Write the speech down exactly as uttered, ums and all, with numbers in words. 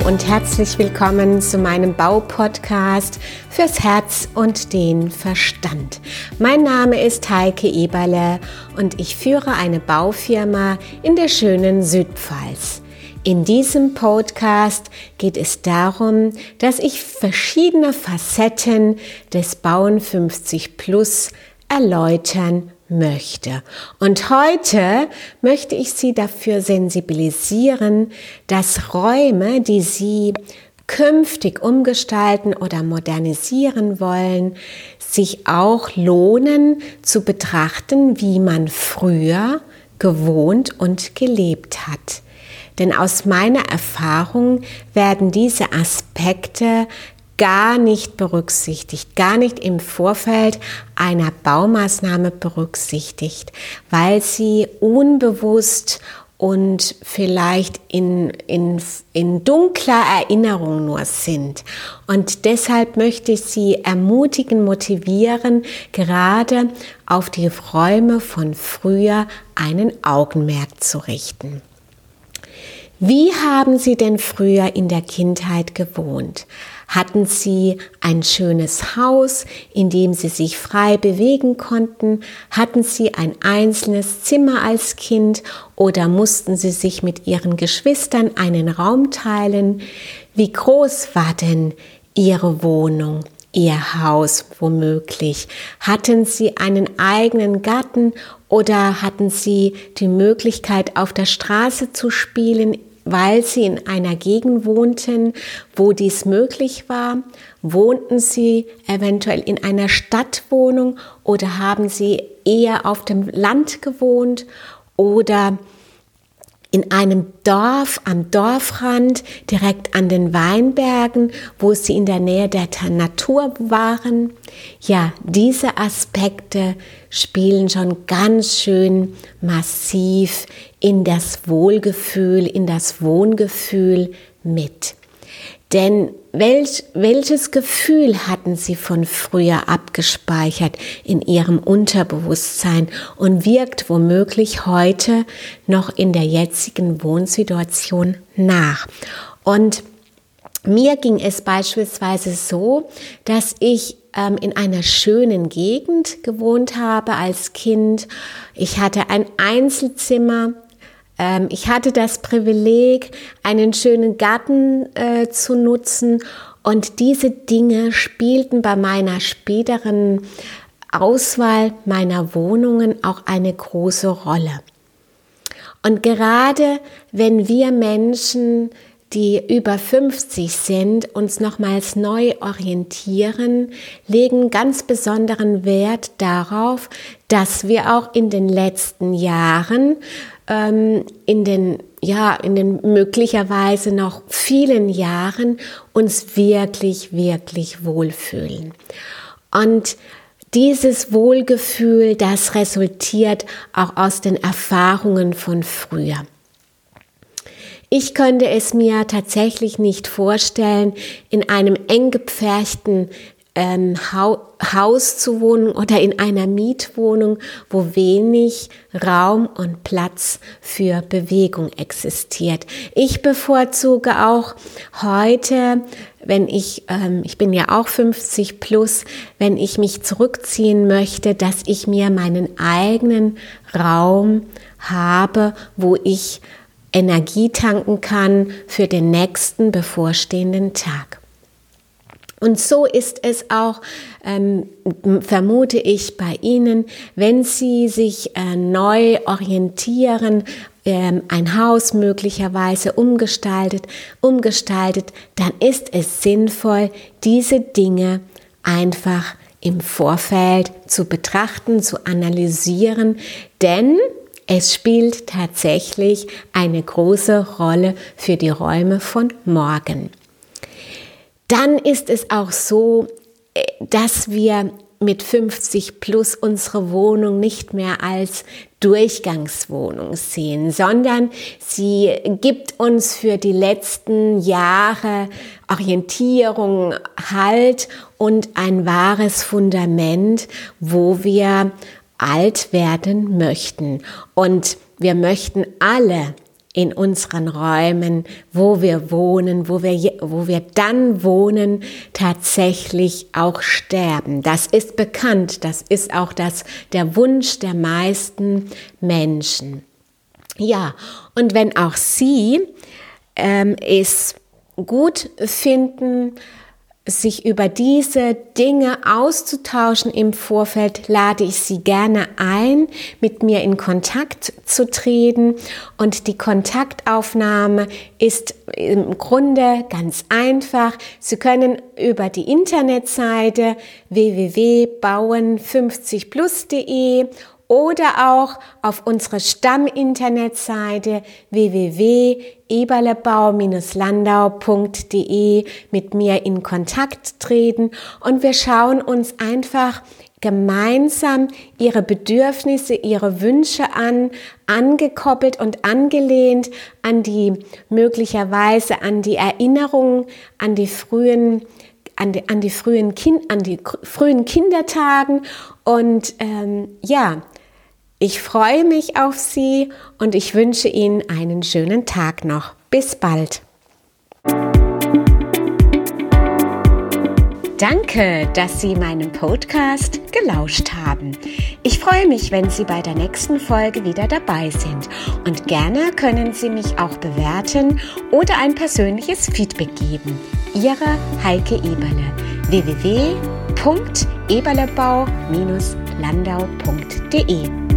und herzlich willkommen zu meinem Baupodcast fürs Herz und den Verstand. Mein Name ist Heike Eberle und ich führe eine Baufirma in der schönen Südpfalz. In diesem Podcast geht es darum, dass ich verschiedene Facetten des Bauen fünfzig plus erläutern möchte. Und heute möchte ich Sie dafür sensibilisieren, dass Räume, die Sie künftig umgestalten oder modernisieren wollen, sich auch lohnen zu betrachten, wie man früher gewohnt und gelebt hat. Denn aus meiner Erfahrung werden diese Aspekte gar nicht berücksichtigt, gar nicht im Vorfeld einer Baumaßnahme berücksichtigt, weil sie unbewusst und vielleicht in, in, in dunkler Erinnerung nur sind. Und deshalb möchte ich Sie ermutigen, motivieren, gerade auf die Räume von früher einen Augenmerk zu richten. Wie haben Sie denn früher in der Kindheit gewohnt? Hatten Sie ein schönes Haus, in dem Sie sich frei bewegen konnten? Hatten Sie ein einzelnes Zimmer als Kind oder mussten Sie sich mit Ihren Geschwistern einen Raum teilen? Wie groß war denn Ihre Wohnung, Ihr Haus womöglich? Hatten Sie einen eigenen Garten oder hatten Sie die Möglichkeit, auf der Straße zu spielen, weil Sie in einer Gegend wohnten, wo dies möglich war? Wohnten Sie eventuell in einer Stadtwohnung oder haben Sie eher auf dem Land gewohnt oder in einem Dorf, am Dorfrand, direkt an den Weinbergen, wo Sie in der Nähe der Natur waren? Ja, diese Aspekte spielen schon ganz schön massiv in das Wohlgefühl, in das Wohngefühl mit. Denn welch, welches Gefühl hatten Sie von früher abgespeichert in Ihrem Unterbewusstsein und wirkt womöglich heute noch in der jetzigen Wohnsituation nach? Und mir ging es beispielsweise so, dass ich ähm, in einer schönen Gegend gewohnt habe als Kind. Ich hatte ein Einzelzimmer. Ich hatte das Privileg, einen schönen Garten äh, zu nutzen, und diese Dinge spielten bei meiner späteren Auswahl meiner Wohnungen auch eine große Rolle. Und gerade wenn wir Menschen, die über fünfzig sind, uns nochmals neu orientieren, legen ganz besonderen Wert darauf, dass wir auch in den letzten Jahren in den, ja, in den möglicherweise noch vielen Jahren uns wirklich, wirklich wohlfühlen. Und dieses Wohlgefühl, das resultiert auch aus den Erfahrungen von früher. Ich könnte es mir tatsächlich nicht vorstellen, in einem eng gepferchten Ähm, Haus zu wohnen oder in einer Mietwohnung, wo wenig Raum und Platz für Bewegung existiert. Ich bevorzuge auch heute, wenn ich, ähm, ich bin ja auch fünfzig plus, wenn ich mich zurückziehen möchte, dass ich mir meinen eigenen Raum habe, wo ich Energie tanken kann für den nächsten bevorstehenden Tag. Und so ist es auch, ähm, vermute ich, bei Ihnen, wenn Sie sich äh, neu orientieren, ähm, ein Haus möglicherweise umgestaltet, umgestaltet, dann ist es sinnvoll, diese Dinge einfach im Vorfeld zu betrachten, zu analysieren, denn es spielt tatsächlich eine große Rolle für die Räume von morgen. Dann ist es auch so, dass wir mit fünfzig plus unsere Wohnung nicht mehr als Durchgangswohnung sehen, sondern sie gibt uns für die letzten Jahre Orientierung, Halt und ein wahres Fundament, wo wir alt werden möchten. Und wir möchten alle in unseren Räumen, wo wir wohnen, wo wir, wo wir dann wohnen, tatsächlich auch sterben. Das ist bekannt, das ist auch das, der Wunsch der meisten Menschen. Ja, und wenn auch Sie ähm, es gut finden, sich über diese Dinge auszutauschen im Vorfeld, lade ich Sie gerne ein, mit mir in Kontakt zu treten. Und die Kontaktaufnahme ist im Grunde ganz einfach. Sie können über die Internetseite w w w punkt bauen fünfzig plus punkt de oder auch auf unsere Stamm-Internetseite w w w punkt eberlebau landau punkt de mit mir in Kontakt treten und wir schauen uns einfach gemeinsam Ihre Bedürfnisse, Ihre Wünsche an, angekoppelt und angelehnt an die möglicherweise an die Erinnerungen, an die frühen An die, an die frühen Kind, an die frühen Kindertagen und ähm, ja, ich freue mich auf Sie und ich wünsche Ihnen einen schönen Tag noch. Bis bald. Danke, dass Sie meinem Podcast gelauscht haben. Ich freue mich, wenn Sie bei der nächsten Folge wieder dabei sind. Und gerne können Sie mich auch bewerten oder ein persönliches Feedback geben. Ihre Heike Eberle. w w w punkt eberlebau landau punkt de